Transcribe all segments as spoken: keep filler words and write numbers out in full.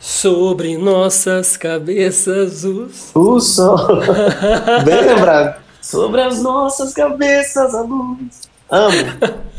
Sobre nossas cabeças os... O sol. Bem lembrado. Sobre as nossas cabeças a luz. Amo.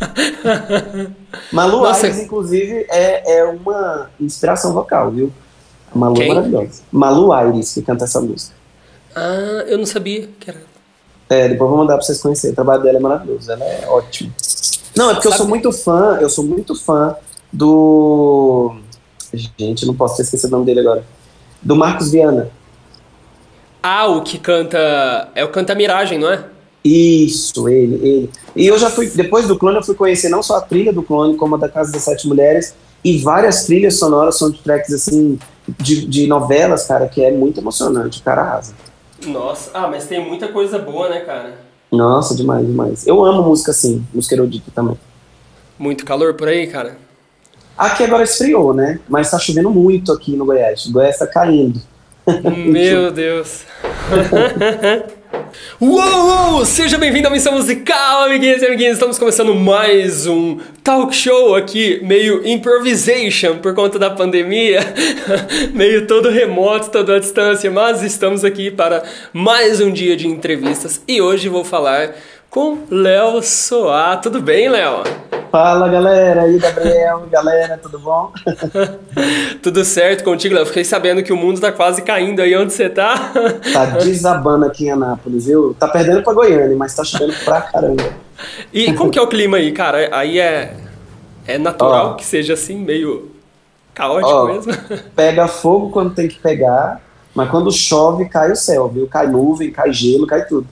Malu Nossa, Aires, inclusive, é, é uma inspiração vocal, viu? A Malu é quem? maravilhosa. Malu Aires, que canta essa música. Ah, eu não sabia que era... É, depois eu vou mandar pra vocês conhecerem. O trabalho dela é maravilhoso, ela é ótima. Não, é porque eu sou Sabe? muito fã, eu sou muito fã do... Gente, eu não posso ter esquecido o nome dele agora. Do Marcos Viana. Ah, o que canta... É o Canta Miragem, não é? Isso, ele, ele. E eu já fui, Nossa. depois do Clone, eu fui conhecer não só a trilha do Clone, como a da Casa das Sete Mulheres, e várias trilhas sonoras, soundtracks, assim, de, de novelas, cara, que é muito emocionante, o cara arrasa. Nossa. Ah, mas tem muita coisa boa, né, cara? Nossa, demais, demais. Eu amo música assim, música erudita também. Muito calor por aí, cara? Aqui agora esfriou, né? Mas tá chovendo muito aqui no Goiás. O Goiás tá caindo. Meu Deus. Uou, uou! Seja bem-vindo à Missão Musical, amiguinhos e amiguinhas. Estamos começando mais um talk show aqui, meio improvisation por conta da pandemia, meio todo remoto, todo à distância, mas estamos aqui para mais um dia de entrevistas e hoje vou falar com Léo Soá. Tudo bem, Léo? Fala, galera. Aí, Gabriel, galera, tudo bom? Tudo certo contigo, Léo? Fiquei sabendo que o mundo tá quase caindo aí onde você tá. Tá desabando aqui em Anápolis, viu? Tá perdendo pra Goiânia, mas tá chovendo pra caramba. E como que é o clima aí, cara? Aí é, é natural Ó, que seja assim, meio caótico ó, mesmo? pega fogo quando tem que pegar, mas quando chove, cai o céu, viu? Cai nuvem, cai gelo, cai tudo.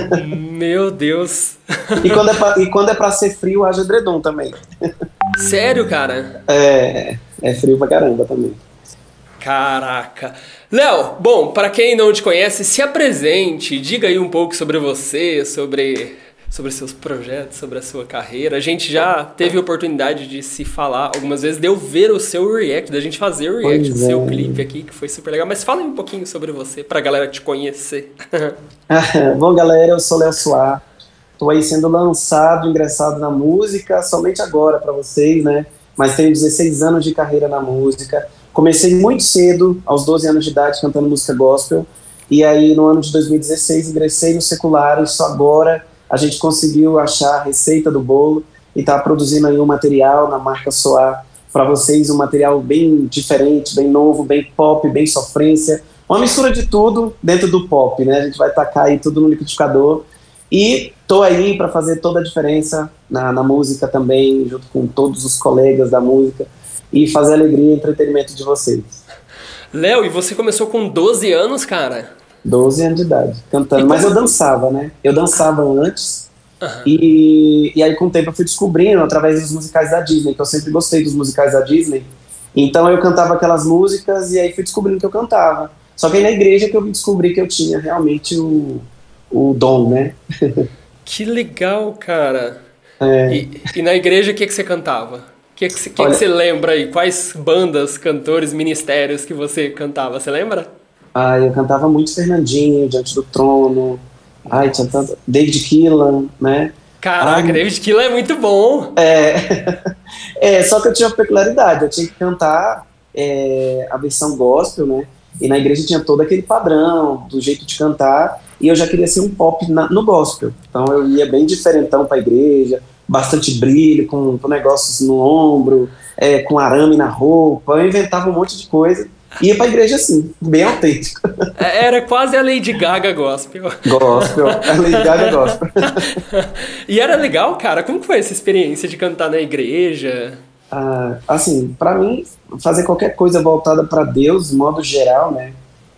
Meu Deus. E quando é pra, e quando é pra ser frio, haja edredom também. Sério, cara? É, é frio pra caramba também. Caraca. Léo, bom, para quem não te conhece, se apresente, diga aí um pouco sobre você, sobre, sobre seus projetos, sobre a sua carreira. A gente já teve a oportunidade de se falar algumas vezes, de eu ver o seu react, da gente fazer o react do Pois seu é. clipe aqui, que foi super legal. Mas fala aí um pouquinho sobre você, pra galera te conhecer. Bom, galera, eu sou Léo Soar. Tô aí sendo lançado, ingressado na música, somente agora pra vocês, né? Mas tenho dezesseis anos de carreira na música. Comecei muito cedo, aos doze anos de idade, cantando música gospel. E aí, no ano de dois mil e dezesseis, ingressei no secular e só agora a gente conseguiu achar a receita do bolo e tá produzindo aí um material na marca Soar para vocês, um material bem diferente, bem novo, bem pop, bem sofrência. Uma mistura de tudo dentro do pop, né? A gente vai tacar aí tudo no liquidificador. E tô aí para fazer toda a diferença na, na música também, junto com todos os colegas da música, e fazer alegria e entretenimento de vocês. Léo, e você começou com doze anos, cara? doze anos de idade, E cantando. Mas como... eu dançava, né? Eu dançava antes, Aham. e, e aí com o tempo eu fui descobrindo, através dos musicais da Disney, que eu sempre gostei dos musicais da Disney. Então eu cantava aquelas músicas e aí fui descobrindo que eu cantava. Só que aí na igreja que eu descobri que eu tinha realmente o, o dom, né? Que legal, cara. É, E, e na igreja, o que que você cantava? O que que, você- que que olha, você lembra aí? Quais bandas, cantores, ministérios que você cantava? Você lembra? ah, eu cantava muito Fernandinho, Diante do Trono, ai, tinha Nossa. tanto, David Keelan, né? Ai, Caraca, David Keelan é muito bom. é, é, só que eu tinha uma peculiaridade, eu tinha que cantar é, a versão gospel, né? E na igreja tinha todo aquele padrão, do jeito de cantar, e eu já queria ser um pop na- no gospel. Então eu ia bem diferentão para a igreja, bastante brilho, com, com negócios no ombro, é, com arame na roupa, eu inventava um monte de coisa, ia para a igreja assim, bem autêntico. É, era quase a Lady Gaga gospel. Gospel, a Lady Gaga gospel. E era legal, cara? Como que foi essa experiência de cantar na igreja? Ah, assim, para mim, fazer qualquer coisa voltada para Deus, de modo geral, né,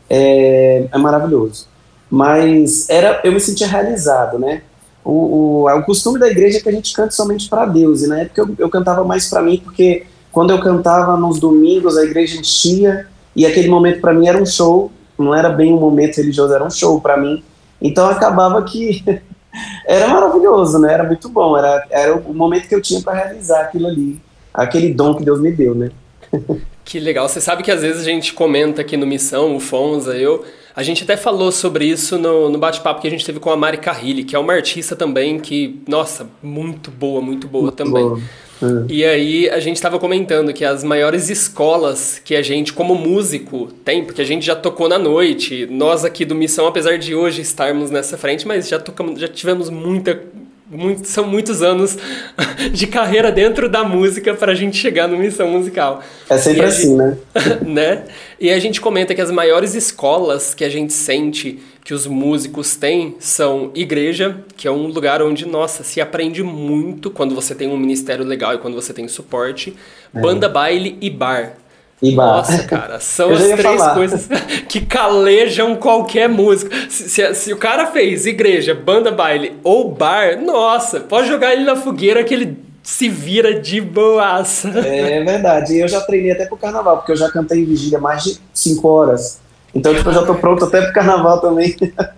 é, é maravilhoso. Mas era, eu me sentia realizado, né? O, o, o costume da igreja é que a gente cante somente para Deus, e na época eu, eu cantava mais para mim, porque quando eu cantava nos domingos, a igreja enchia, e aquele momento para mim era um show, não era bem um momento religioso, era um show para mim. Então acabava que era maravilhoso, né? Era muito bom, era, era o momento que eu tinha para realizar aquilo ali, aquele dom que Deus me deu, né? Que legal. Você sabe que às vezes a gente comenta aqui no Missão, o Fonza, eu. A gente até falou sobre isso no, no bate-papo que a gente teve com a Mari Carrilli, que é uma artista também que, nossa, muito boa, muito boa Muito também. bom. Hum. E aí a gente estava comentando que as maiores escolas que a gente, como músico, tem, porque a gente já tocou na noite, nós aqui do Missão, apesar de hoje estarmos nessa frente, mas já tocamos, já tivemos muita, muito, são muitos anos de carreira dentro da música para a gente chegar no Missão Musical. É sempre assim, gente, né? né? E a gente comenta que as maiores escolas que a gente sente que os músicos têm são igreja, que é um lugar onde, nossa, se aprende muito quando você tem um ministério legal e quando você tem suporte, é. banda, baile e bar. E bar. Nossa, cara, são as três falar. coisas que calejam qualquer músico. Se, se, se o cara fez igreja, banda, baile ou bar, nossa, pode jogar ele na fogueira que ele se vira de boaça. É verdade, e eu já treinei até pro carnaval, porque eu já cantei em vigília mais de cinco horas. Então, tipo, eu já tô pronto até pro carnaval também.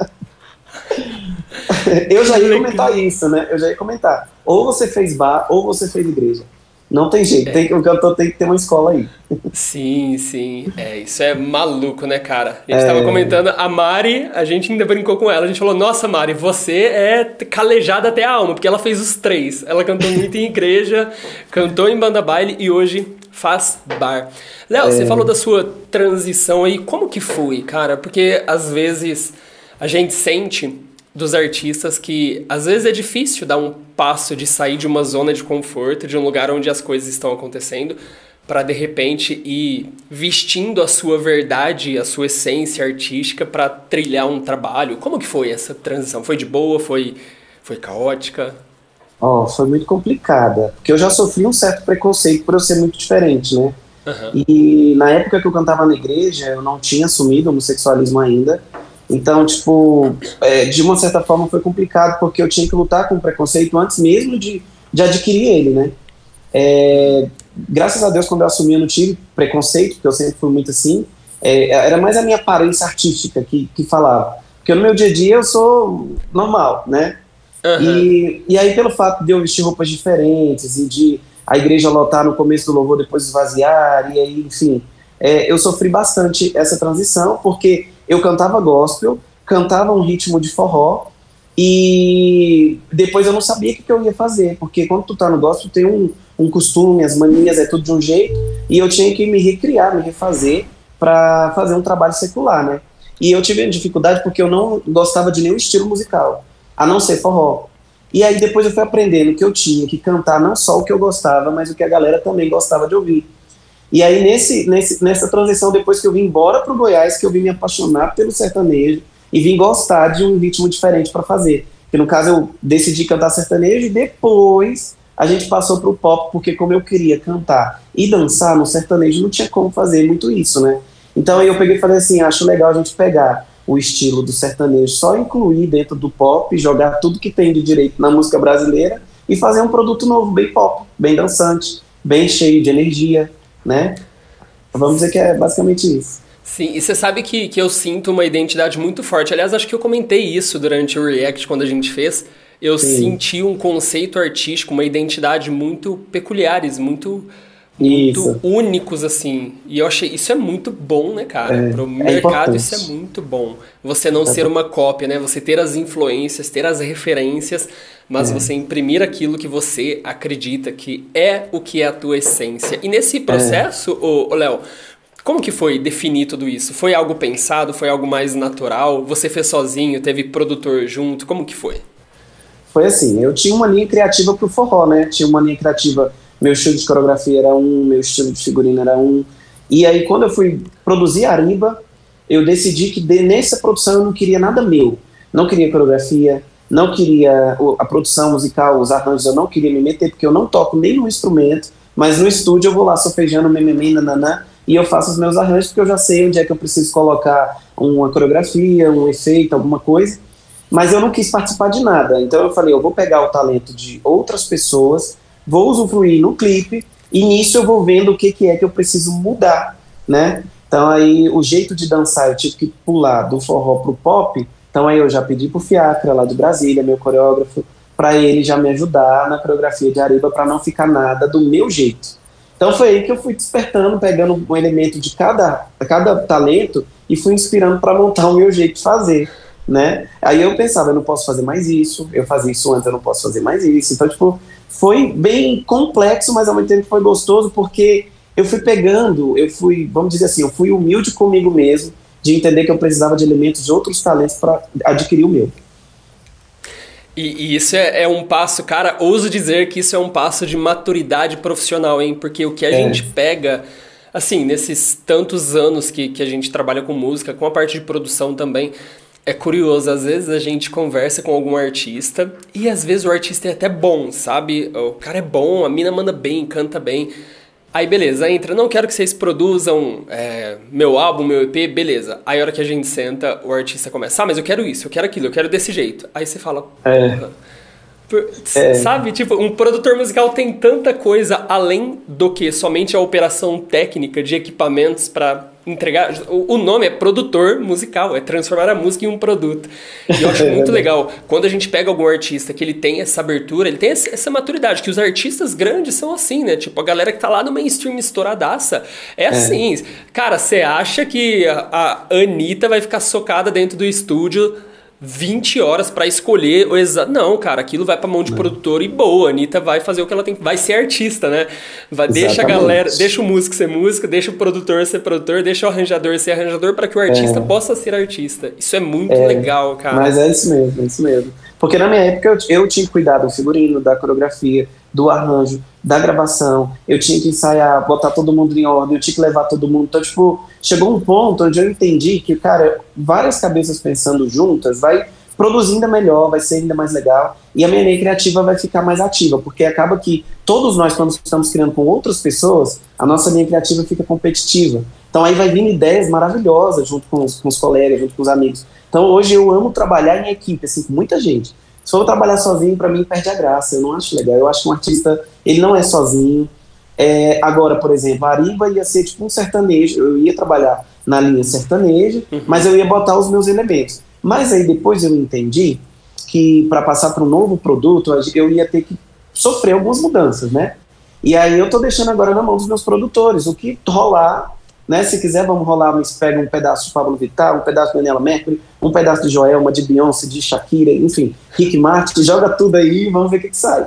Eu já ia comentar isso, né? Eu já ia comentar. Ou você fez bar, ou você fez igreja. Não tem jeito, é. tem que, o cantor tem que ter uma escola aí. Sim, sim. É, isso é maluco, né, cara? A gente é. tava comentando, a Mari, a gente ainda brincou com ela, a gente falou, nossa, Mari, você é calejada até a alma, porque ela fez os três. Ela cantou muito em igreja, cantou em banda baile e hoje faz bar. Léo, é. você falou da sua transição aí, como que foi, cara? Porque às vezes a gente sente dos artistas que às vezes é difícil dar um passo de sair de uma zona de conforto, de um lugar onde as coisas estão acontecendo, para de repente ir vestindo a sua verdade, a sua essência artística para trilhar um trabalho. Como que foi essa transição? Foi de boa? Foi, foi caótica? Oh, foi muito complicada, porque eu já sofri um certo preconceito por eu ser muito diferente, né? Uhum. E na época que eu cantava na igreja, eu não tinha assumido o homossexualismo ainda. Então, tipo, é, de uma certa forma foi complicado, porque eu tinha que lutar com o preconceito antes mesmo de, de adquirir ele, né? É, graças a Deus, quando eu assumi, eu não tive preconceito, porque eu sempre fui muito assim. É, era mais a minha aparência artística que, que falava. Porque no meu dia a dia eu sou normal, né? Uhum. E, e aí, pelo fato de eu vestir roupas diferentes e de a igreja lotar no começo do louvor, depois esvaziar, e aí, enfim, é, eu sofri bastante essa transição, porque eu cantava gospel, cantava um ritmo de forró, e depois eu não sabia o que, que eu ia fazer, porque quando tu tá no gospel tem um, um costume, as manias, é tudo de um jeito, e eu tinha que me recriar, me refazer, para fazer um trabalho secular, né? E eu tive dificuldade porque eu não gostava de nenhum estilo musical, a não ser forró. E aí depois eu fui aprendendo que eu tinha que cantar não só o que eu gostava, mas o que a galera também gostava de ouvir. E aí nesse, nesse, nessa transição, depois que eu vim embora pro Goiás, que eu vim me apaixonar pelo sertanejo e vim gostar de um ritmo diferente para fazer. Que no caso eu decidi cantar sertanejo e depois a gente passou pro pop, porque como eu queria cantar e dançar no sertanejo, não tinha como fazer muito isso, né? Então aí eu peguei e falei assim, acho legal a gente pegar o estilo do sertanejo, só incluir dentro do pop, jogar tudo que tem de direito na música brasileira e fazer um produto novo, bem pop, bem dançante, bem cheio de energia, né? Vamos dizer que é basicamente isso. Sim, e você sabe que, que eu sinto uma identidade muito forte. Aliás, acho que eu comentei isso durante o React, quando a gente fez. Eu Sim. senti um conceito artístico, uma identidade muito peculiares, muito... muito isso. únicos, assim. E eu achei, isso é muito bom, né, cara? É, Pro é mercado importante. Isso é muito bom. Você não é ser uma cópia, né? Você ter as influências, ter as referências, mas é. você imprimir aquilo que você acredita que é o que é a tua essência. E nesse processo, é. ô, ô Léo, como que foi definir tudo isso? Foi algo pensado? Foi algo mais natural? Você fez sozinho? Teve produtor junto? Como que foi? Foi assim, eu tinha uma linha criativa pro forró, né? Tinha uma linha criativa... Meu estilo de coreografia era um, meu estilo de figurino era um. E aí, quando eu fui produzir Ariba, eu decidi que de, nessa produção eu não queria nada meu. Não queria coreografia, não queria a produção musical, os arranjos, eu não queria me meter, porque eu não toco nem no instrumento, mas no estúdio eu vou lá sofejando, mememi, nananã, e eu faço os meus arranjos, porque eu já sei onde é que eu preciso colocar uma coreografia, um efeito, alguma coisa. Mas eu não quis participar de nada. Então eu falei, eu vou pegar o talento de outras pessoas, vou usufruir no clipe, e nisso eu vou vendo o que, que é que eu preciso mudar, né? Então aí o jeito de dançar, eu tive que pular do forró pro pop, então aí eu já pedi pro Fiacra, lá de Brasília, meu coreógrafo, para ele já me ajudar na coreografia de Ariba, para não ficar nada do meu jeito. Então foi aí que eu fui despertando, pegando um elemento de cada, cada talento, e fui inspirando para montar o meu jeito de fazer, né? Aí eu pensava, eu não posso fazer mais isso, eu fazia isso antes, eu não posso fazer mais isso, então tipo... foi bem complexo, mas ao mesmo tempo foi gostoso, porque eu fui pegando, eu fui, vamos dizer assim, eu fui humilde comigo mesmo, de entender que eu precisava de elementos de outros talentos para adquirir o meu. E, e isso é, é um passo, cara, ouso dizer que isso é um passo de maturidade profissional, hein? Porque o que a é. gente pega, assim, nesses tantos anos que, que a gente trabalha com música, com a parte de produção também, é curioso. Às vezes a gente conversa com algum artista e às vezes o artista é até bom, sabe? O cara é bom, a mina manda bem, canta bem. Aí beleza, entra, não quero que vocês produzam é, meu álbum, meu E P, beleza. Aí a hora que a gente senta, o artista começa, ah, mas eu quero isso, eu quero aquilo, eu quero desse jeito. Aí você fala, é. Por, é. sabe, tipo, um produtor musical tem tanta coisa além do que somente a operação técnica de equipamentos para entregar. O, o nome é produtor musical, é transformar a música em um produto. E eu acho muito legal, quando a gente pega algum artista que ele tem essa abertura, ele tem essa maturidade, que os artistas grandes são assim, né? Tipo, a galera que tá lá no mainstream estouradaça é assim. É. Cara, você acha que a, a Anitta vai ficar socada dentro do estúdio vinte horas pra escolher o exato... Não, cara, aquilo vai pra mão de Não. produtor e boa. A Anitta vai fazer o que ela tem... Vai ser artista, né? Vai, deixa a galera... Deixa o músico ser músico, deixa o produtor ser produtor, deixa o arranjador ser arranjador para que o artista é. possa ser artista. Isso é muito é, legal, cara. Mas é isso mesmo, é isso mesmo. Porque na minha época eu, eu tinha que cuidar do figurino, da coreografia, do arranjo, da gravação. Eu tinha que ensaiar, botar todo mundo em ordem, eu tinha que levar todo mundo. Então, tipo, chegou um ponto onde eu entendi que, cara, várias cabeças pensando juntas vai produzir ainda melhor, vai ser ainda mais legal. E a minha linha criativa vai ficar mais ativa, porque acaba que todos nós, quando estamos criando com outras pessoas, a nossa linha criativa fica competitiva. Então aí vai vindo ideias maravilhosas junto com os, com os colegas, junto com os amigos. Então hoje eu amo trabalhar em equipe, assim, com muita gente. Se for trabalhar sozinho, pra mim, perde a graça. Eu não acho legal. Eu acho que um artista, ele não é sozinho. É, agora, por exemplo, a Ariba ia ser tipo um sertanejo. Eu ia trabalhar na linha sertaneja, uhum. mas eu ia botar os meus elementos. Mas aí depois eu entendi que para passar para um novo produto, eu ia ter que sofrer algumas mudanças, né? E aí eu tô deixando agora na mão dos meus produtores. O que rolar, né? Se quiser, vamos rolar, mas pega um pedaço de Pablo Vittar, um pedaço de Daniela Mercury, um pedaço de Joelma, de Beyoncé, de Shakira, enfim, Rick Martin, joga tudo aí e vamos ver o que, que sai.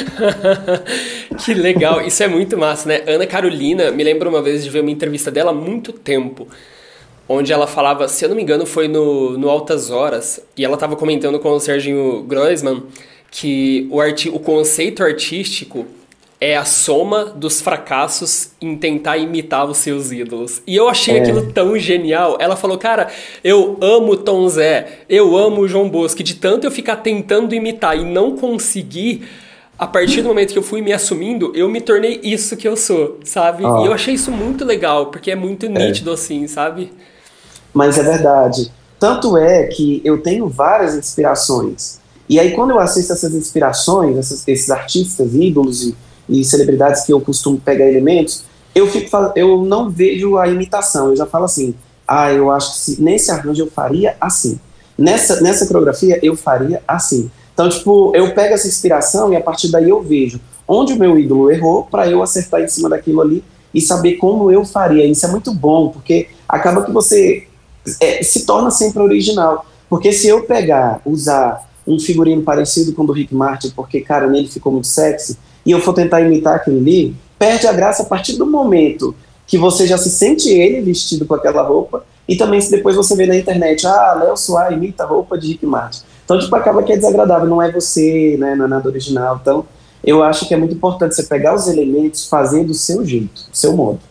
Que legal, isso é muito massa, né? Ana Carolina, me lembro uma vez de ver uma entrevista dela há muito tempo, onde ela falava, se eu não me engano, foi no, no Altas Horas, e ela estava comentando com o Serginho Groisman que o, arti- o conceito artístico é a soma dos fracassos em tentar imitar os seus ídolos. E eu achei é. aquilo tão genial. Ela falou, cara, eu amo Tom Zé, eu amo o João Bosco, de tanto eu ficar tentando imitar e não conseguir, a partir do momento que eu fui me assumindo, eu me tornei isso que eu sou, sabe? Ah. E eu achei isso muito legal, porque é muito nítido é. assim, sabe? Mas é verdade. Tanto é que eu tenho várias inspirações. E aí quando eu assisto essas inspirações, esses, esses artistas, ídolos e e celebridades que eu costumo pegar elementos, eu, fico, eu não vejo a imitação, eu já falo assim, ah, eu acho que se, nesse arranjo eu faria assim, nessa, nessa coreografia eu faria assim. Então, tipo, eu pego essa inspiração e a partir daí eu vejo onde o meu ídolo errou para eu acertar em cima daquilo ali e saber como eu faria. Isso é muito bom, porque acaba que você é, se torna sempre original. Porque se eu pegar, usar um figurino parecido com o do Rick Martin, porque, cara, nele ficou muito sexy, e eu for tentar imitar aquilo ali, perde a graça a partir do momento que você já se sente ele vestido com aquela roupa, e também se depois você vê na internet, ah, Léo Soares imita a roupa de Rick Martin. Então, tipo, acaba que é desagradável, não é você, né, não é nada original. Então, eu acho que é muito importante você pegar os elementos, fazer do seu jeito, do seu modo.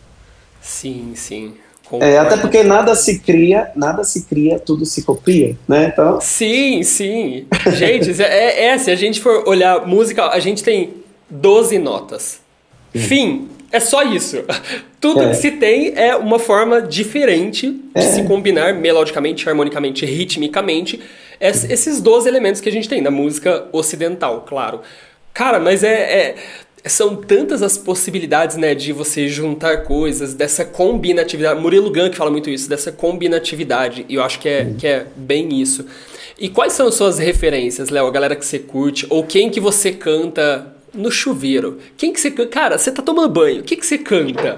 Sim, sim. É, até porque nada se cria, nada se cria, tudo se copia, né? Então... Sim, sim. Gente, é, é, se a gente for olhar música, a gente tem doze notas. Hum. Fim. É só isso. Tudo é. que se tem é uma forma diferente de é. se combinar melodicamente, harmonicamente, ritmicamente. Esses doze elementos que a gente tem na música ocidental, claro. Cara, mas é... é são tantas as possibilidades, né, de você juntar coisas, dessa combinatividade. Murilo Gun que fala muito isso, dessa combinatividade. E eu acho que é, que é bem isso. E quais são as suas referências, Léo? A galera que você curte? Ou quem que você canta no chuveiro? Quem que você canta? Cara, você tá tomando banho. O que que você canta?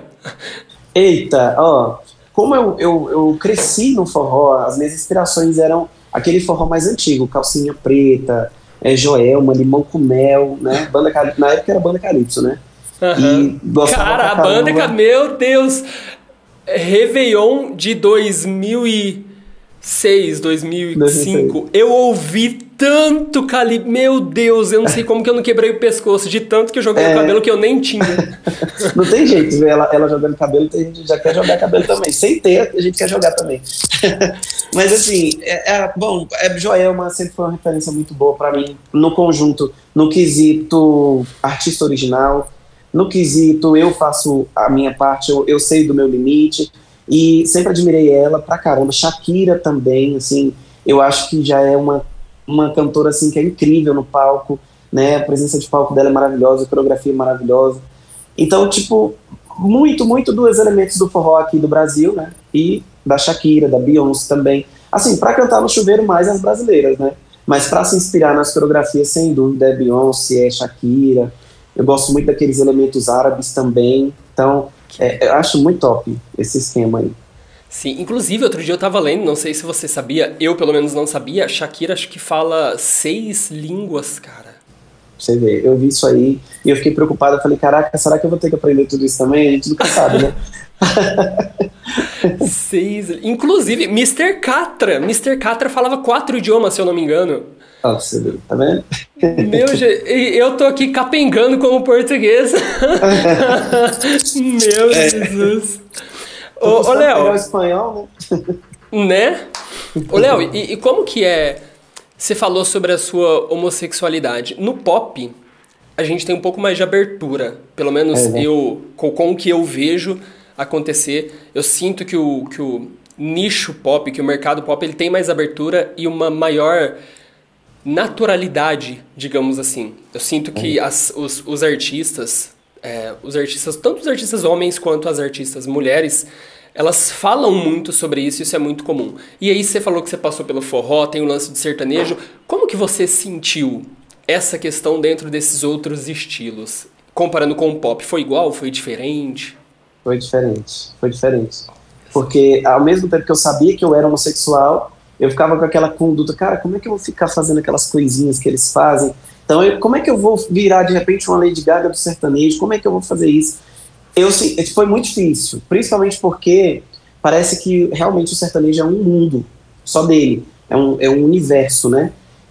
Eita, ó. Como eu, eu, eu cresci no forró, as minhas inspirações eram aquele forró mais antigo, calcinha preta, é, Joelma, Limão com Mel, né? Banda Calypso, na época era Banda Calypso, né? Uhum. E cara, a banda, meu Deus, Réveillon de dois mil e seis, dois mil e cinco, eu ouvi tanto Calypso, meu Deus, eu não sei como que eu não quebrei o pescoço, de tanto que eu joguei é... o cabelo que eu nem tinha. Não tem jeito, ver ela, ela jogando cabelo, tem gente que já quer jogar cabelo também, sem ter, a gente quer jogar também. Mas assim, é, é, bom, é, Joelma sempre foi uma referência muito boa pra mim, no conjunto, no quesito artista original, no quesito eu faço a minha parte, eu, eu sei do meu limite, e sempre admirei ela pra caramba. Shakira também, assim, eu acho que já é uma, uma cantora assim, que é incrível no palco, né, a presença de palco dela é maravilhosa, a coreografia é maravilhosa. Então, tipo, muito, muito dos elementos do forró aqui do Brasil, né, e da Shakira, da Beyoncé também. Assim, pra cantar no chuveiro mais as brasileiras, né, mas pra se inspirar nas coreografias, sem dúvida, é Beyoncé, é Shakira. Eu gosto muito daqueles elementos árabes também, então é, eu acho muito top esse esquema aí. Sim, inclusive outro dia eu tava lendo, não sei se você sabia, eu pelo menos não sabia, Shakira acho que fala seis línguas, cara. Você vê, eu vi isso aí e eu fiquei preocupado, eu falei, caraca, será que eu vou ter que aprender tudo isso também? A gente nunca sabe, né? Seis, inclusive, mister Catra, mister Catra falava quatro idiomas, se eu não me engano. Ah, você vê, tá vendo? Meu, eu tô aqui capengando como português. Meu é. Jesus. Ô, ô Léo. Espanhol, né? Né? Ô, Léo, e, e como que é... Você falou sobre a sua homossexualidade. No pop, a gente tem um pouco mais de abertura. Pelo menos é, né? eu, com, com o que eu vejo acontecer, eu sinto que o, que o nicho pop, que o mercado pop, ele tem mais abertura e uma maior... naturalidade, digamos assim. Eu sinto que as, os, os artistas, é, os artistas, tanto os artistas homens quanto as artistas mulheres, elas falam muito sobre isso, isso é muito comum. E aí você falou que você passou pelo forró, tem o lance de sertanejo. Como que você sentiu essa questão dentro desses outros estilos? Comparando com o pop, foi igual? Foi diferente? Foi diferente, foi diferente. Porque ao mesmo tempo que eu sabia que eu era homossexual, eu ficava com aquela conduta, cara, como é que eu vou ficar fazendo aquelas coisinhas que eles fazem? Então, eu, como é que eu vou virar, de repente, uma Lady Gaga do sertanejo? Como é que eu vou fazer isso? Eu, foi muito difícil, principalmente porque parece que realmente o sertanejo é um mundo só dele, é um, é um universo, né?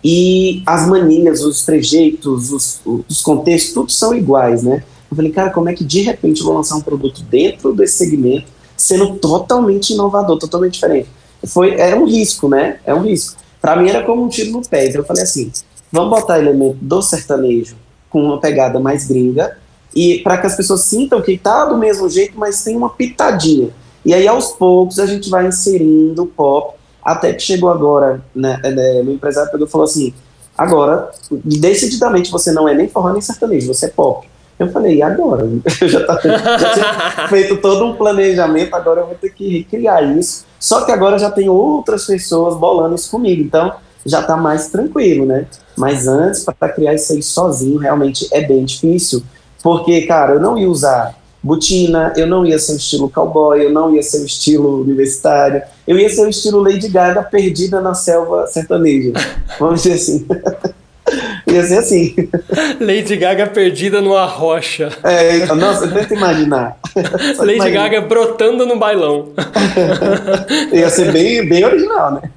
E as manias, os trejeitos, os, os contextos, tudo são iguais, né? Eu falei, cara, como é que de repente eu vou lançar um produto dentro desse segmento, sendo totalmente inovador, totalmente diferente? Foi, é um risco, né? É um risco. Pra mim era como um tiro no pé. Então eu falei assim, vamos botar elemento do sertanejo com uma pegada mais gringa e para que as pessoas sintam que tá do mesmo jeito, mas tem uma pitadinha. E aí aos poucos a gente vai inserindo o pop, até que chegou agora, né, né, meu empresário pegou e falou assim, agora, decididamente você não é nem forró nem sertanejo, você é pop. Eu falei, e agora? Eu já, tá, já tinha feito todo um planejamento, agora eu vou ter que recriar isso. Só que agora já tem outras pessoas bolando isso comigo, então já tá mais tranquilo, né? Mas antes, para criar isso aí sozinho, realmente é bem difícil, porque, cara, eu não ia usar botina, eu não ia ser o estilo cowboy, eu não ia ser o estilo universitário, eu ia ser o estilo Lady Gaga perdida na selva sertaneja, vamos dizer assim. Ia ser assim. Lady Gaga perdida numa rocha. É, nossa, tenta imaginar. Lady imagina. Gaga brotando no bailão. Ia ser bem, bem original, né?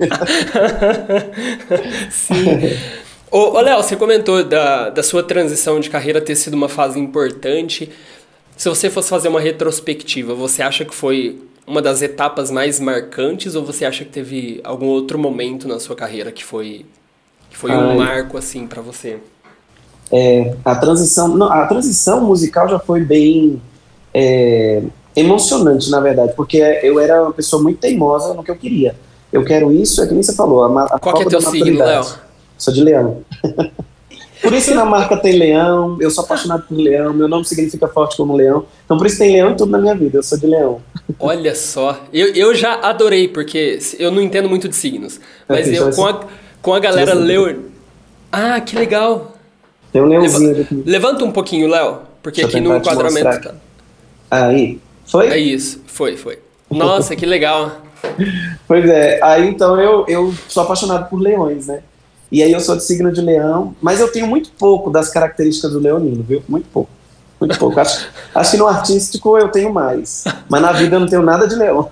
Sim. Ô, ô Léo, você comentou da, da sua transição de carreira ter sido uma fase importante. Se você fosse fazer uma retrospectiva, você acha que foi uma das etapas mais marcantes ou você acha que teve algum outro momento na sua carreira que foi... Foi um Ai. marco, assim, pra você? É, a transição, não, a transição musical já foi bem é, emocionante, na verdade, porque eu era uma pessoa muito teimosa no que eu queria. Eu quero isso, é que nem você falou. A, a Qual que é teu signo, Léo? Sou de leão. Por isso que na marca tem leão, eu sou apaixonado por leão, meu nome significa forte como leão, então por isso tem leão em tudo na minha vida, eu sou de leão. Olha só, eu, eu já adorei, porque eu não entendo muito de signos, mas é, eu com a... Com a galera leu... Ah, que legal. Tem um leãozinho Leva... aqui. Levanta um pouquinho, Léo, porque Deixa aqui no enquadramento... Tá... Aí, foi? É isso, foi, foi. Nossa, que legal. Pois é, aí então eu, eu sou apaixonado por leões, né? E aí eu sou de signo de leão, mas eu tenho muito pouco das características do leonino, viu? Muito pouco. Muito pouco. Acho, acho que no artístico eu tenho mais. Mas na vida eu não tenho nada de leão.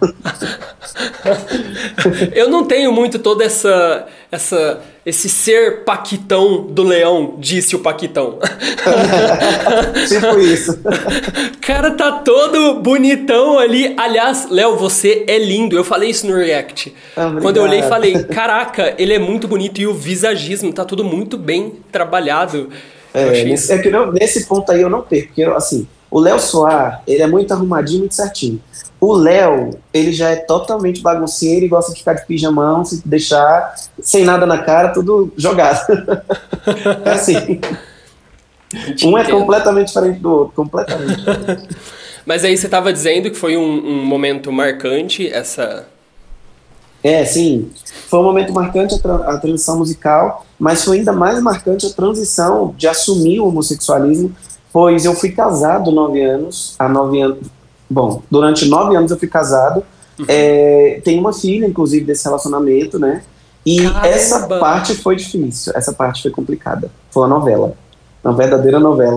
Eu não tenho muito toda essa, essa esse ser paquitão do leão, disse o paquitão. Tipo isso. Cara, tá todo bonitão ali. Aliás, Léo, você é lindo. Eu falei isso no React. Ah, Quando eu olhei e falei, caraca, ele é muito bonito. E o visagismo tá tudo muito bem trabalhado. É, nesse, é que não, nesse ponto aí eu não perco, porque assim, o Léo Soares, ele é muito arrumadinho, muito certinho. O Léo, ele já é totalmente bagunceiro e gosta de ficar de pijamão, se deixar sem nada na cara, tudo jogado. É assim. Um é completamente diferente do outro, completamente. Mas aí você estava dizendo que foi um, um momento marcante, essa... É, sim. Foi um momento marcante a, tra a transição musical, mas foi ainda mais marcante a transição de assumir o homossexualismo, pois eu fui casado nove anos, há nove anos... Bom, durante nove anos eu fui casado, uhum. é, tenho uma filha, inclusive, desse relacionamento, né? E Caramba. Essa parte foi difícil, essa parte foi complicada. Foi uma novela, uma verdadeira novela.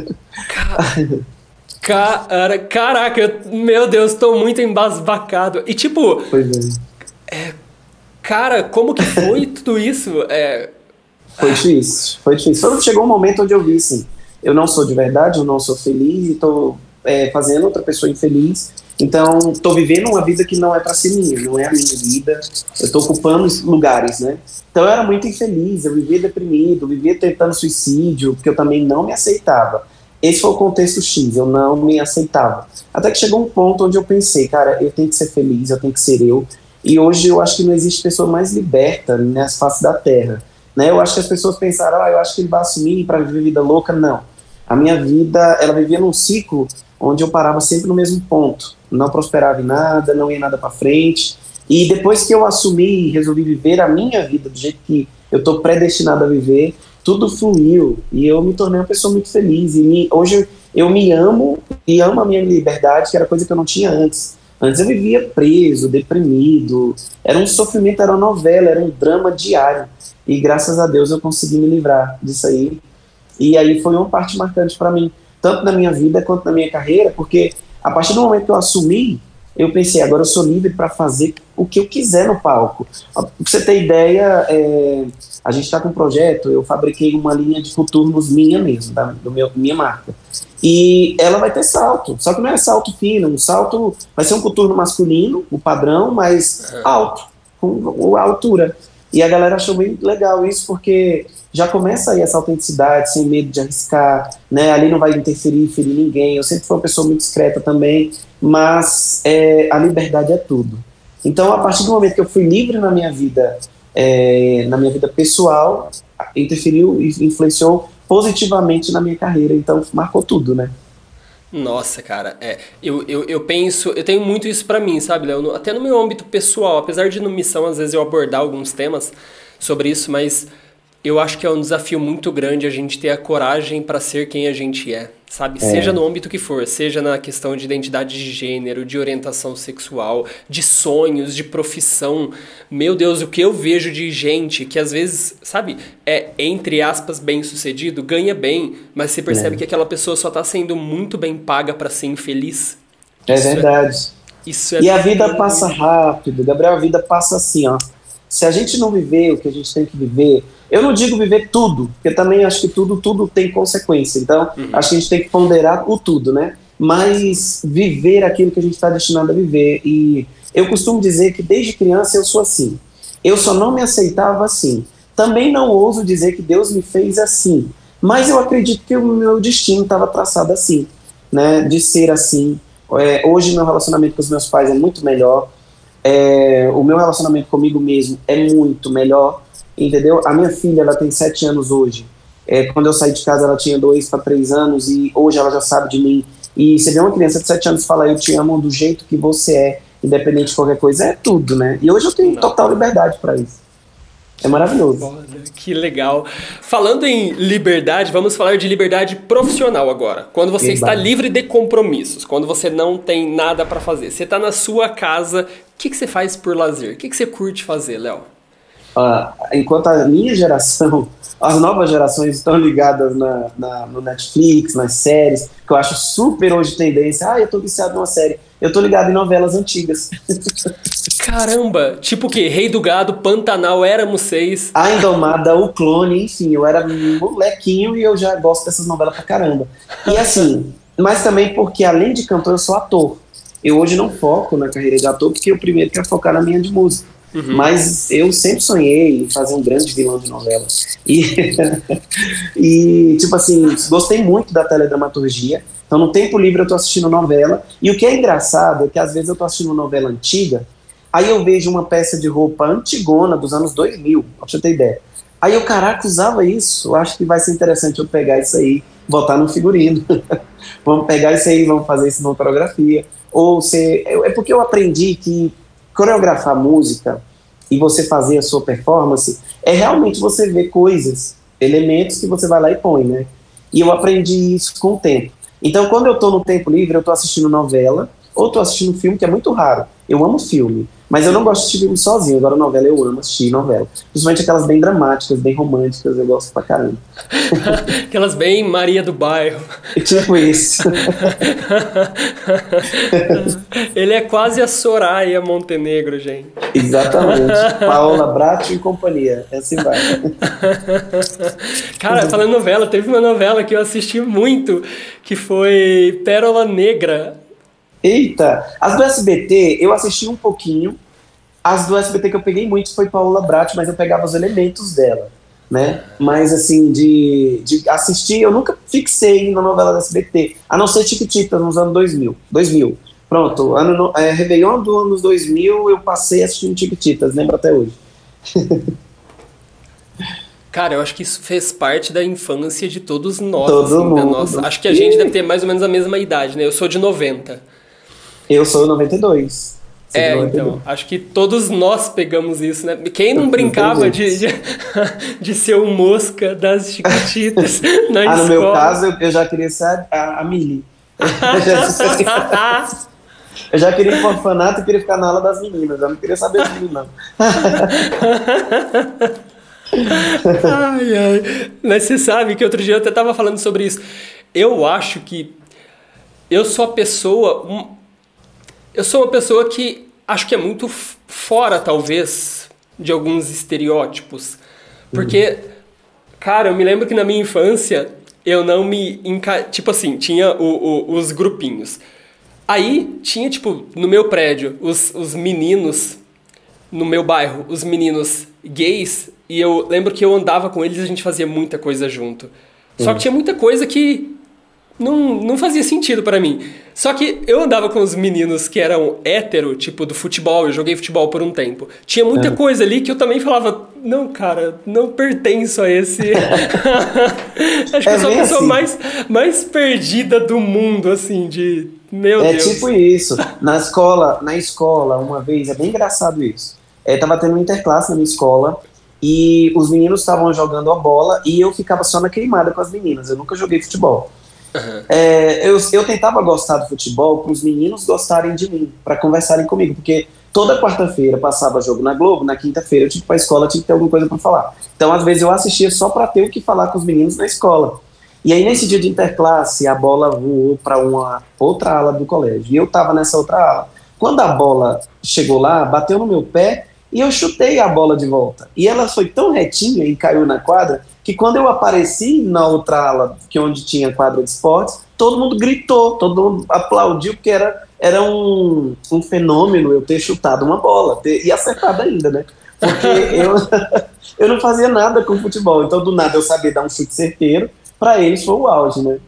Cara, caraca, eu, meu Deus, tô muito embasbacado. E tipo... Pois é. É, cara, como que foi tudo isso? É... Foi difícil, foi difícil. Chegou um momento onde eu vi assim, eu não sou de verdade, eu não sou feliz e tô é, fazendo outra pessoa infeliz, então tô vivendo uma vida que não é pra ser minha, não é a minha vida, eu tô ocupando lugares, né? Então eu era muito infeliz, eu vivia deprimido, vivia tentando suicídio, porque eu também não me aceitava. Esse foi o contexto X, eu não me aceitava. Até que chegou um ponto onde eu pensei, cara, eu tenho que ser feliz, eu tenho que ser eu. E hoje eu acho que não existe pessoa mais liberta nessa face da terra. Né? Eu acho que as pessoas pensaram, ah, eu acho que ele vai assumir para viver vida louca. Não. A minha vida, ela vivia num ciclo onde eu parava sempre no mesmo ponto. Não prosperava em nada, não ia nada para frente. E depois que eu assumi e resolvi viver a minha vida do jeito que eu estou predestinado a viver, tudo fluiu. E eu me tornei uma pessoa muito feliz. E me, hoje eu me amo e amo a minha liberdade, que era coisa que eu não tinha antes. Antes eu vivia preso, deprimido, era um sofrimento, era uma novela, era um drama diário. E graças a Deus eu consegui me livrar disso aí. E aí foi uma parte marcante para mim, tanto na minha vida quanto na minha carreira, porque a partir do momento que eu assumi, eu pensei, agora eu sou livre para fazer o que eu quiser no palco. Pra você ter ideia, é, a gente está com um projeto, eu fabriquei uma linha de coturnos minha mesmo, da do meu, minha marca. E ela vai ter salto, só que não é salto fino, um salto vai ser um coturno masculino, o padrão, mas alto, com a altura. E a galera achou bem legal isso, porque já começa aí essa autenticidade, sem medo de arriscar, né? Ali não vai interferir, ferir ninguém. Eu sempre fui uma pessoa muito discreta também, mas é, a liberdade é tudo. Então, a partir do momento que eu fui livre na minha vida, é, na minha vida pessoal, interferiu e influenciou positivamente na minha carreira, então marcou tudo, né? Nossa, cara, é, eu, eu, eu penso, eu tenho muito isso pra mim, sabe, Léo? Até no meu âmbito pessoal, apesar de no Missão, às vezes eu abordar alguns temas sobre isso, mas eu acho que é um desafio muito grande a gente ter a coragem pra ser quem a gente é, sabe? É. Seja no âmbito que for, seja na questão de identidade de gênero, de orientação sexual, de sonhos, de profissão. Meu Deus, o que eu vejo de gente que às vezes, sabe, é, entre aspas, bem sucedido, ganha bem, mas você percebe é. que aquela pessoa só tá sendo muito bem paga pra ser infeliz. É isso verdade. É, isso é e a vida bem... passa rápido, Gabriel, a vida passa assim, ó. Se a gente não viver o que a gente tem que viver, eu não digo viver tudo, porque também acho que tudo, tudo tem consequência, então uhum. acho que a gente tem que ponderar o tudo, né? Mas viver aquilo que a gente está destinado a viver. E eu costumo dizer que desde criança eu sou assim, eu só não me aceitava assim. Também não ouso dizer que Deus me fez assim, mas eu acredito que o meu destino estava traçado assim, né? De ser assim. É, hoje meu relacionamento com os meus pais é muito melhor. É, o meu relacionamento comigo mesmo é muito melhor, entendeu? A minha filha, ela tem sete anos hoje. É, quando eu saí de casa, ela tinha dois para três anos e hoje ela já sabe de mim. E você vê uma criança de sete anos e fala, eu te amo do jeito que você é, independente de qualquer coisa, é tudo, né? E hoje eu tenho Não. total liberdade para isso. É maravilhoso. Olha, que legal. Falando em liberdade, vamos falar de liberdade profissional agora. Quando você está livre de compromissos, quando você não tem nada para fazer. Você está na sua casa, o que, que você faz por lazer? O que, que você curte fazer, Léo? Ah, enquanto a minha geração, as novas gerações estão ligadas na, na, no Netflix, nas séries, que eu acho super hoje tendência. Ah, eu tô viciado numa série. Eu tô ligado em novelas antigas. Caramba! Tipo o quê? Rei do Gado, Pantanal, Éramos Seis. A Indomada, O Clone, enfim, eu era molequinho e eu já gosto dessas novelas pra caramba. E assim, mas também porque além de cantor, eu sou ator. Eu hoje não foco na carreira de ator, porque eu primeiro quero focar na minha de música. Uhum. Mas eu sempre sonhei em fazer um grande vilão de novela. E, e, tipo assim, gostei muito da teledramaturgia. Então, no tempo livre, eu tô assistindo novela. E o que é engraçado é que, às vezes, eu tô assistindo uma novela antiga, aí eu vejo uma peça de roupa antigona dos anos dois mil, pra você ter ideia. Aí eu, caraca, usava isso. Eu acho que vai ser interessante eu pegar isso aí, botar no figurino. Vamos pegar isso aí, vamos fazer isso numa coreografia. Ou se, é porque eu aprendi que coreografar música e você fazer a sua performance é realmente você ver coisas, elementos que você vai lá e põe, né? E eu aprendi isso com o tempo. Então, quando eu tô no tempo livre, eu tô assistindo novela ou tô assistindo filme, que é muito raro. Eu amo filme, mas eu não gosto de assistir filme sozinho. Agora, novela, eu amo assistir novela. Principalmente aquelas bem dramáticas, bem românticas, eu gosto pra caramba. Aquelas bem Maria do Bairro. Tipo isso. Ele é quase a Soraya Montenegro, gente. Exatamente. Paola Bracho e companhia. Assim vai. Cara, falando novela, teve uma novela que eu assisti muito, que foi Pérola Negra. Eita! As do S B T, eu assisti um pouquinho. As do S B T que eu peguei muito foi Paola Bracho, mas eu pegava os elementos dela, né? Mas, assim, de, de assistir, eu nunca fixei na novela do S B T, a não ser Chiquititas nos anos dois mil. dois mil. Pronto, ano, é, Réveillon dos anos dois mil, eu passei assistindo Chiquititas, lembro até hoje. Cara, eu acho que isso fez parte da infância de todos nós. Todo assim, mundo. Da nossa. Acho que a gente deve ter mais ou menos a mesma idade, né? Eu sou de noventa. Eu sou noventa e dois. Sou É, de noventa e dois. então, acho que todos nós pegamos isso, né? Quem não brincava de, de, de ser o mosca das Chiquititas na ah, escola? No meu caso, eu, eu já queria ser a, a Millie. Eu já queria ir pro orfanato e queria ficar na aula das meninas. Eu não queria saber de mim, não. Ai, ai. Mas você sabe que outro dia eu até tava falando sobre isso. Eu acho que eu sou a pessoa... Um, eu sou uma pessoa que acho que é muito fora, talvez, de alguns estereótipos. Porque, uhum. cara, eu me lembro que na minha infância eu não me... Enca... Tipo assim, tinha o, o, os grupinhos. Aí tinha, tipo, no meu prédio, os, os meninos... No meu bairro, os meninos gays... E eu lembro que eu andava com eles e a gente fazia muita coisa junto. Só que tinha muita coisa que não, não fazia sentido pra mim. Só que eu andava com os meninos que eram hétero, tipo do futebol, eu joguei futebol por um tempo. Tinha muita é. coisa ali que eu também falava, não, cara, não pertenço a esse... Acho que é eu sou a pessoa assim. mais, mais perdida do mundo, assim, de... Meu é Deus. É tipo isso. Na escola, na escola, uma vez, é bem engraçado isso. É, tava tendo um interclasse na minha escola, e os meninos estavam jogando a bola e eu ficava só na queimada com as meninas. Eu nunca joguei futebol. Uhum. É, eu, eu tentava gostar do futebol para os meninos gostarem de mim, para conversarem comigo, porque toda quarta-feira passava jogo na Globo, na quinta-feira eu tinha que ir para a escola, tinha que ter alguma coisa para falar. Então, às vezes, eu assistia só para ter o que falar com os meninos na escola. E aí, nesse dia de interclasse, a bola voou para uma outra ala do colégio. E eu estava nessa outra ala. Quando a bola chegou lá, bateu no meu pé, e eu chutei a bola de volta. E ela foi tão retinha e caiu na quadra, que quando eu apareci na outra ala, que onde tinha quadra de esportes, todo mundo gritou, todo mundo aplaudiu, porque era, era um, um fenômeno eu ter chutado uma bola, ter, e acertado ainda, né? Porque eu, eu não fazia nada com futebol, então do nada eu sabia dar um chute certeiro, pra eles foi o auge, né?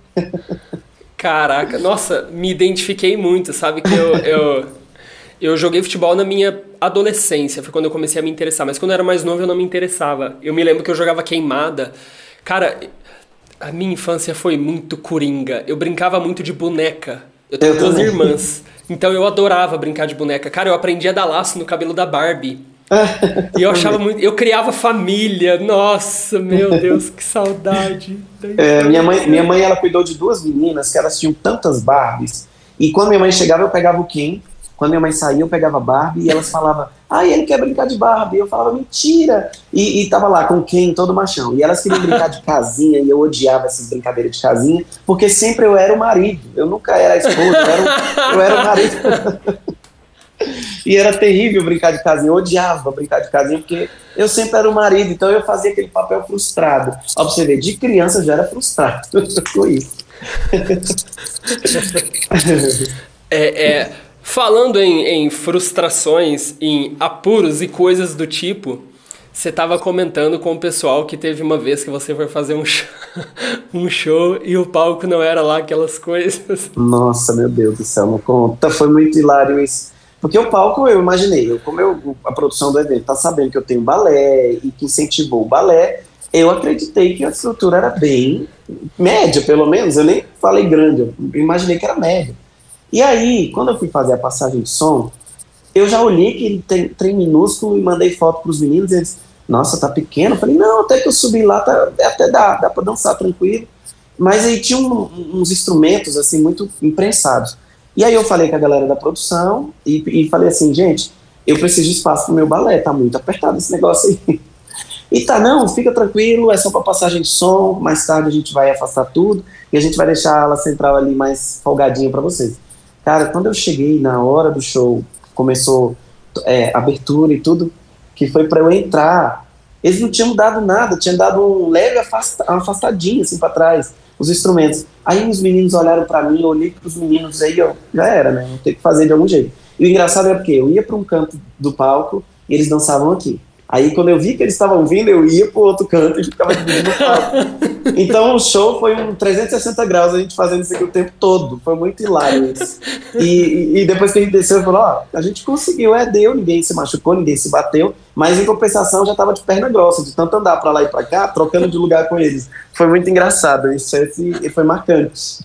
Caraca, nossa, me identifiquei muito, sabe? Que eu... eu... Eu joguei futebol na minha adolescência, foi quando eu comecei a me interessar. Mas quando eu era mais novo eu não me interessava. Eu me lembro que eu jogava queimada. Cara, a minha infância foi muito coringa. Eu brincava muito de boneca. Eu tenho eu duas também. irmãs. Então eu adorava brincar de boneca. Cara, eu aprendi a dar laço no cabelo da Barbie. E eu achava muito... Eu criava família. Nossa, meu Deus, que saudade. É, minha mãe, minha mãe, ela cuidou de duas meninas que elas tinham tantas Barbies. E quando minha mãe chegava, eu pegava o Ken quando minha mãe saía, eu pegava Barbie e elas falavam, ah, ele quer brincar de Barbie. E eu falava, mentira! E, e tava lá com quem? Todo machão. E elas queriam brincar de casinha e eu odiava essas brincadeiras de casinha, porque sempre eu era o marido. Eu nunca era a esposa, eu era o, eu era o marido. E era terrível brincar de casinha, eu odiava brincar de casinha, porque eu sempre era o marido, então eu fazia aquele papel frustrado. Ó, pra você ver, de criança eu já era frustrado com isso. É, é, falando em, em frustrações, em apuros e coisas do tipo, você estava comentando com o pessoal que teve uma vez que você foi fazer um show, um show e o palco não era lá aquelas coisas. Nossa, meu Deus do céu, não conta, foi muito hilário isso. Porque o palco, eu imaginei, eu, como eu, a produção do evento tá sabendo que eu tenho balé e que incentivou o balé, eu acreditei que a estrutura era bem média, pelo menos. Eu nem falei grande, eu imaginei que era média. E aí, quando eu fui fazer a passagem de som, eu já olhei aquele trem, trem minúsculo e mandei foto pros meninos, e eles, nossa, tá pequeno? Eu falei, não, até que eu subi lá, tá, até dá, dá pra dançar tranquilo. Mas aí tinha um, uns instrumentos, assim, muito imprensados. E aí eu falei com a galera da produção e, e falei assim, gente, eu preciso de espaço pro meu balé, tá muito apertado esse negócio aí. E tá, não, fica tranquilo, é só pra passagem de som, mais tarde a gente vai afastar tudo e a gente vai deixar a ala central ali mais folgadinha pra vocês. Cara, quando eu cheguei na hora do show, começou é, abertura e tudo, que foi pra eu entrar, eles não tinham dado nada, tinham dado um leve afasta, afastadinho assim pra trás, os instrumentos. Aí os meninos olharam pra mim, eu olhei pros meninos, aí eu, já era, né, não tem que fazer de algum jeito. E o engraçado é porque eu ia pra um canto do palco e eles dançavam aqui. Aí quando eu vi que eles estavam vindo, eu ia pro outro canto e ficava dividindo o palco. Então o show foi um trezentos e sessenta graus, a gente fazendo isso aqui o tempo todo. Foi muito hilário isso. E, e, e depois que a gente desceu, eu falei, ó, a gente conseguiu, é, deu, ninguém se machucou, ninguém se bateu, mas em compensação já tava de perna grossa, de tanto andar pra lá e pra cá, trocando de lugar com eles. Foi muito engraçado, isso e foi marcante.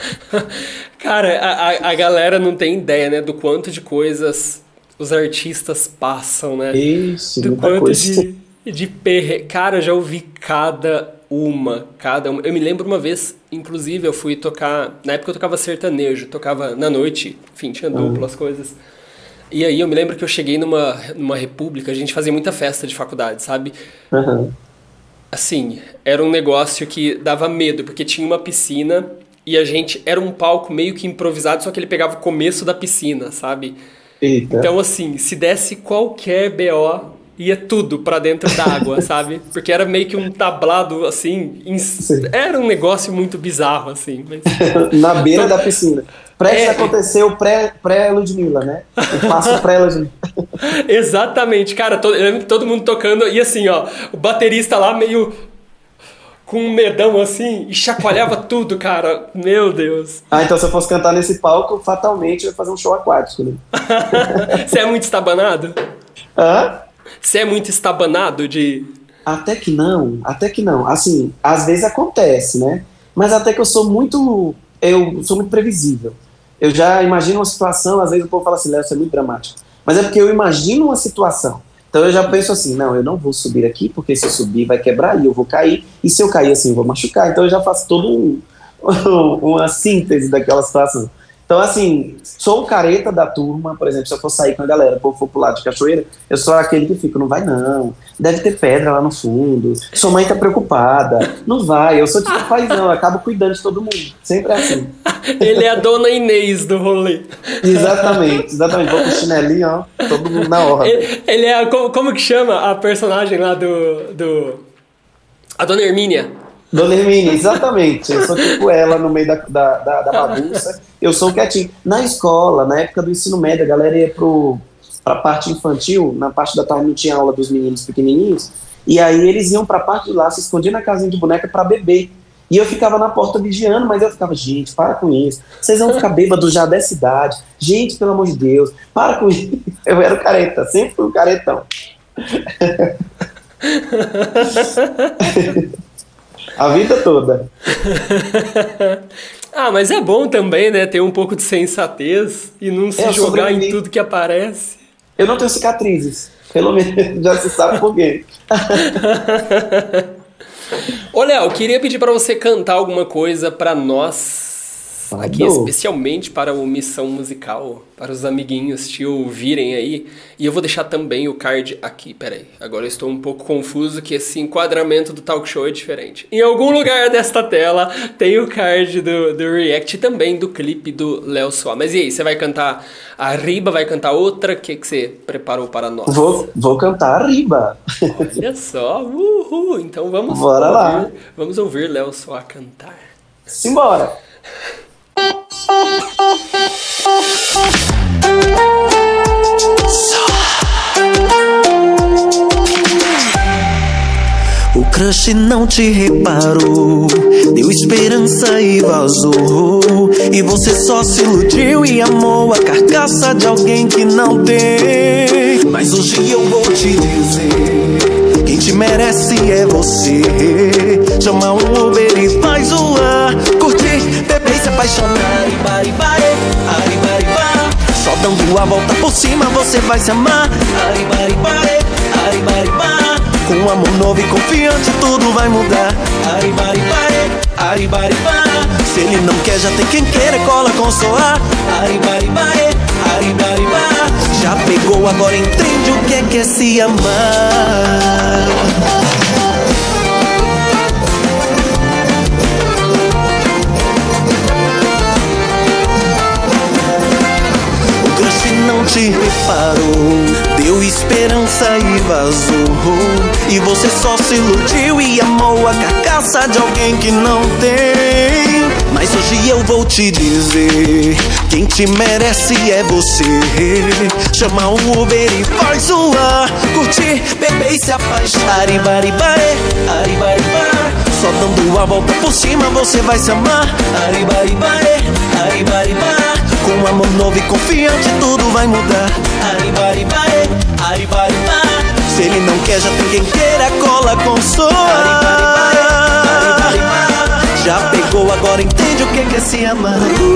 Cara, a, a galera não tem ideia, né, do quanto de coisas os artistas passam, né? Isso, do muita quanto coisa. de, de perre... Cara, eu já ouvi cada uma, cada uma. Eu me lembro uma vez, inclusive, eu fui tocar... Na época eu tocava sertanejo, tocava na noite, enfim, tinha duplo, as coisas. E aí eu me lembro que eu cheguei numa, numa república, a gente fazia muita festa de faculdade, sabe? Uhum. Assim, era um negócio que dava medo, porque tinha uma piscina e a gente... Era um palco meio que improvisado, só que ele pegava o começo da piscina, sabe? Eita. Então, assim, se desse qualquer B O, ia tudo pra dentro da água, sabe? Porque era meio que um tablado, assim, in... era um negócio muito bizarro, assim. Mas... Na beira então, da piscina. Prestes é... aconteceu pré, pré-Ludmilla, né? O passo pré-Ludmilla. Exatamente, cara, todo, eu lembro que todo mundo tocando, e assim, ó, o baterista lá meio... com um medão assim, e chacoalhava tudo, cara. Meu Deus. Ah, então se eu fosse cantar nesse palco, fatalmente eu ia fazer um show aquático, né? Você é muito estabanado? Hã? Você é muito estabanado de... Até que não, até que não. Assim, às vezes acontece, né? Mas até que eu sou muito... Eu sou muito previsível. Eu já imagino uma situação, às vezes o povo fala assim, Léo, você é muito dramático. Mas é porque eu imagino uma situação. Então eu já penso assim, não, eu não vou subir aqui, porque se eu subir vai quebrar e eu vou cair, e se eu cair assim eu vou machucar, então eu já faço todo um, uma síntese daquela situação. Então assim, sou o careta da turma, por exemplo, se eu for sair com a galera, o povo for pro lado de cachoeira, eu sou aquele que fica, não vai não, deve ter pedra lá no fundo, sua mãe tá preocupada, não vai, eu sou tipo paizão, eu acabo cuidando de todo mundo, sempre é assim. Ele é a dona Inês do rolê. Exatamente, exatamente, vou com o chinelinho, ó, todo mundo na ordem. Ele, ele é, a, como, como que chama a personagem lá do, do... A dona Hermínia. Dona Hermínia, exatamente. Eu sou tipo ela no meio da, da, da, da bagunça. Eu sou quietinho. Na escola, na época do ensino médio, a galera ia pro, pra parte infantil. Na parte da tarde não tinha aula dos meninos pequenininhos. E aí eles iam pra parte de lá, se escondiam na casinha de boneca pra beber. E eu ficava na porta vigiando, mas eu ficava, gente, para com isso. Vocês vão ficar bêbados já dessa idade. Gente, pelo amor de Deus, para com isso. Eu era o careta, sempre fui o caretão. A vida toda. Ah, mas é bom também, né? Ter um pouco de sensatez e não se eu jogar em tudo que aparece. Eu não tenho cicatrizes. Pelo menos já se sabe por quê. Ô, Léo, queria pedir pra você cantar alguma coisa pra nós. aqui especialmente para o Missão Musical, para os amiguinhos te ouvirem aí. E eu vou deixar também o card aqui, peraí, agora eu estou um pouco confuso que esse enquadramento do talk show é diferente. Em algum lugar desta tela tem o card do, do react e também do clipe do Léo Soar. Mas e aí, você vai cantar Arriba, vai cantar outra? O que, que você preparou para nós? Vou, vou cantar Arriba. Olha só, uhul. Então vamos Bora ouvir, lá. Vamos ouvir Léo Soar cantar. Simbora! O crush não te reparou, deu esperança e vazou. E você só se iludiu e amou a carcaça de alguém que não tem. Mas hoje eu vou te dizer, quem te merece é você. Chama um Uber e vai zoar, curtir, beber e se apaixonar. Aribaribaê, aribariba, só dando a volta por cima você vai se amar. Aribaribaê, aribariba, com amor novo e confiante tudo vai mudar. Aribaribaê, aribariba, se ele não quer já tem quem queira, cola com soar. Aribaribaê, aribariba, já pegou, agora entende o que é que é se amar. Não te reparou, deu esperança e vazou. E você só se iludiu e amou a carcaça de alguém que não tem. Mas hoje eu vou te dizer, quem te merece é você. Chama um Uber e vai zoar, curtir, beber e se apaixonar. Aribaribaê, aribariba, só dando a volta por cima você vai se amar. Aribaribaê, aribariba, com amor novo e confiante tudo vai mudar. Aribaribaê, aribariba, se ele não quer já tem quem queira, cola com som. Aribaribaê, aribariba, já pegou, agora entende o que é se amar.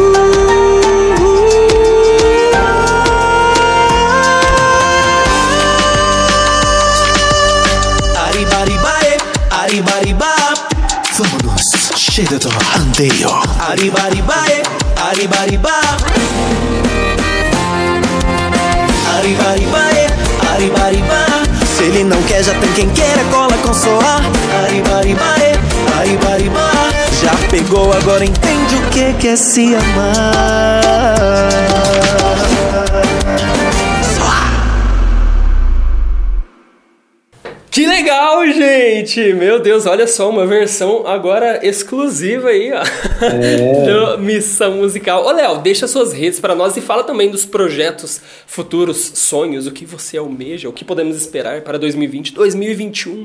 Aribaribaê, aribariba, vamos, cheio do andeio. Aribaribaê, aribariba, aribaribaê, aribariba, se ele não quer já tem quem queira, cola com soar. Aribaribaê, aribariba, já pegou, agora entende o que que é se amar. Que legal, gente! Meu Deus, olha só, uma versão agora exclusiva aí, ó, é. do Missão Musical. Ô, Léo, deixa suas redes para nós e fala também dos projetos futuros, sonhos, o que você almeja, o que podemos esperar para dois mil e vinte, dois mil e vinte e um.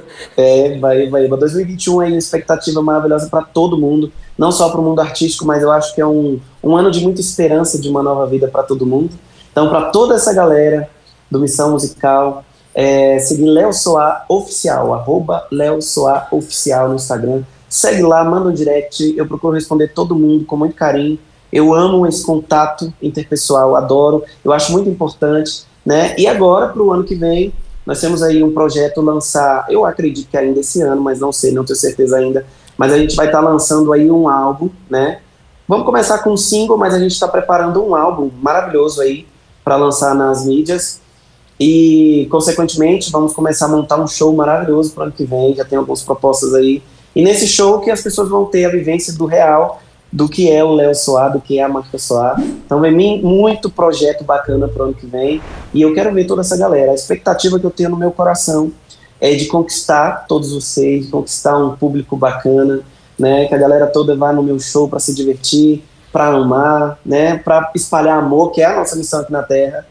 É, vai, vai. dois mil e vinte e um é uma expectativa maravilhosa para todo mundo, não só para o mundo artístico, mas eu acho que é um, um ano de muita esperança, de uma nova vida para todo mundo. Então, para toda essa galera do Missão Musical, É, seguir Léo Soar Oficial, arroba Léo Soar Oficial no Instagram. Segue lá, manda um direct, eu procuro responder todo mundo com muito carinho. Eu amo esse contato interpessoal, adoro, eu acho muito importante, né? E agora, para o ano que vem, nós temos aí um projeto lançar, eu acredito que ainda esse ano, mas não sei, não tenho certeza ainda, mas a gente vai estar tá lançando aí um álbum, né? Vamos começar com um single, mas a gente está preparando um álbum maravilhoso aí para lançar nas mídias. E, consequentemente, vamos começar a montar um show maravilhoso para o ano que vem, já tem algumas propostas aí. E nesse show que as pessoas vão ter a vivência do real, do que é o Léo Soar, do que é a marca Soar. Então vem muito projeto bacana para o ano que vem, e eu quero ver toda essa galera. A expectativa que eu tenho no meu coração é de conquistar todos vocês, de conquistar um público bacana, né? Que a galera toda vá no meu show para se divertir, para amar, né? Para espalhar amor, que é a nossa missão aqui na Terra.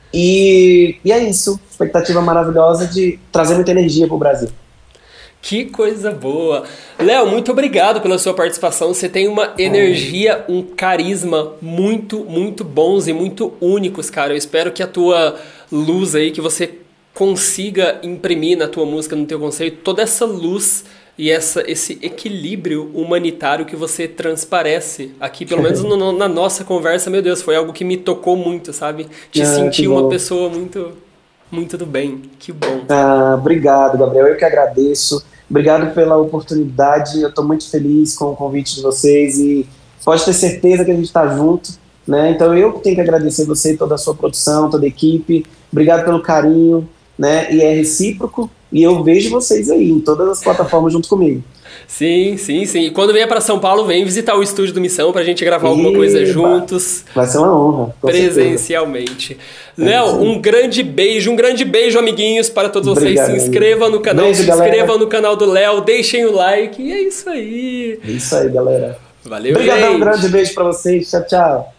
E, e é isso, expectativa maravilhosa de trazer muita energia pro Brasil. Que coisa boa! Léo, muito obrigado pela sua participação. Você tem uma energia, um carisma muito, muito bons e muito únicos, cara. Eu espero que a tua luz aí, que você consiga imprimir na tua música, no teu conceito, toda essa luz e essa, esse equilíbrio humanitário que você transparece aqui, pelo menos no, na nossa conversa. Meu Deus, foi algo que me tocou muito, sabe? Te ah, sentir uma pessoa muito, muito do bem. Que bom. Ah, obrigado, Gabriel. Eu que agradeço. Obrigado pela oportunidade. Eu estou muito feliz com o convite de vocês e pode ter certeza que a gente está junto, né? Então eu tenho que agradecer você, toda a sua produção, toda a equipe, obrigado pelo carinho, né? E é recíproco, e eu vejo vocês aí, em todas as plataformas junto comigo. Sim, sim, sim. E quando vier para São Paulo, vem visitar o estúdio do Missão pra gente gravar alguma Eba. coisa juntos. Vai ser uma honra. Presencialmente. Léo, um grande beijo, um grande beijo, amiguinhos, para todos Obrigado, vocês. Se inscrevam no canal, beijo, se galera. inscrevam no canal do Léo, deixem o like. E é isso aí. É isso aí, galera. Valeu, Obrigadão, gente. um grande beijo pra vocês. Tchau, tchau.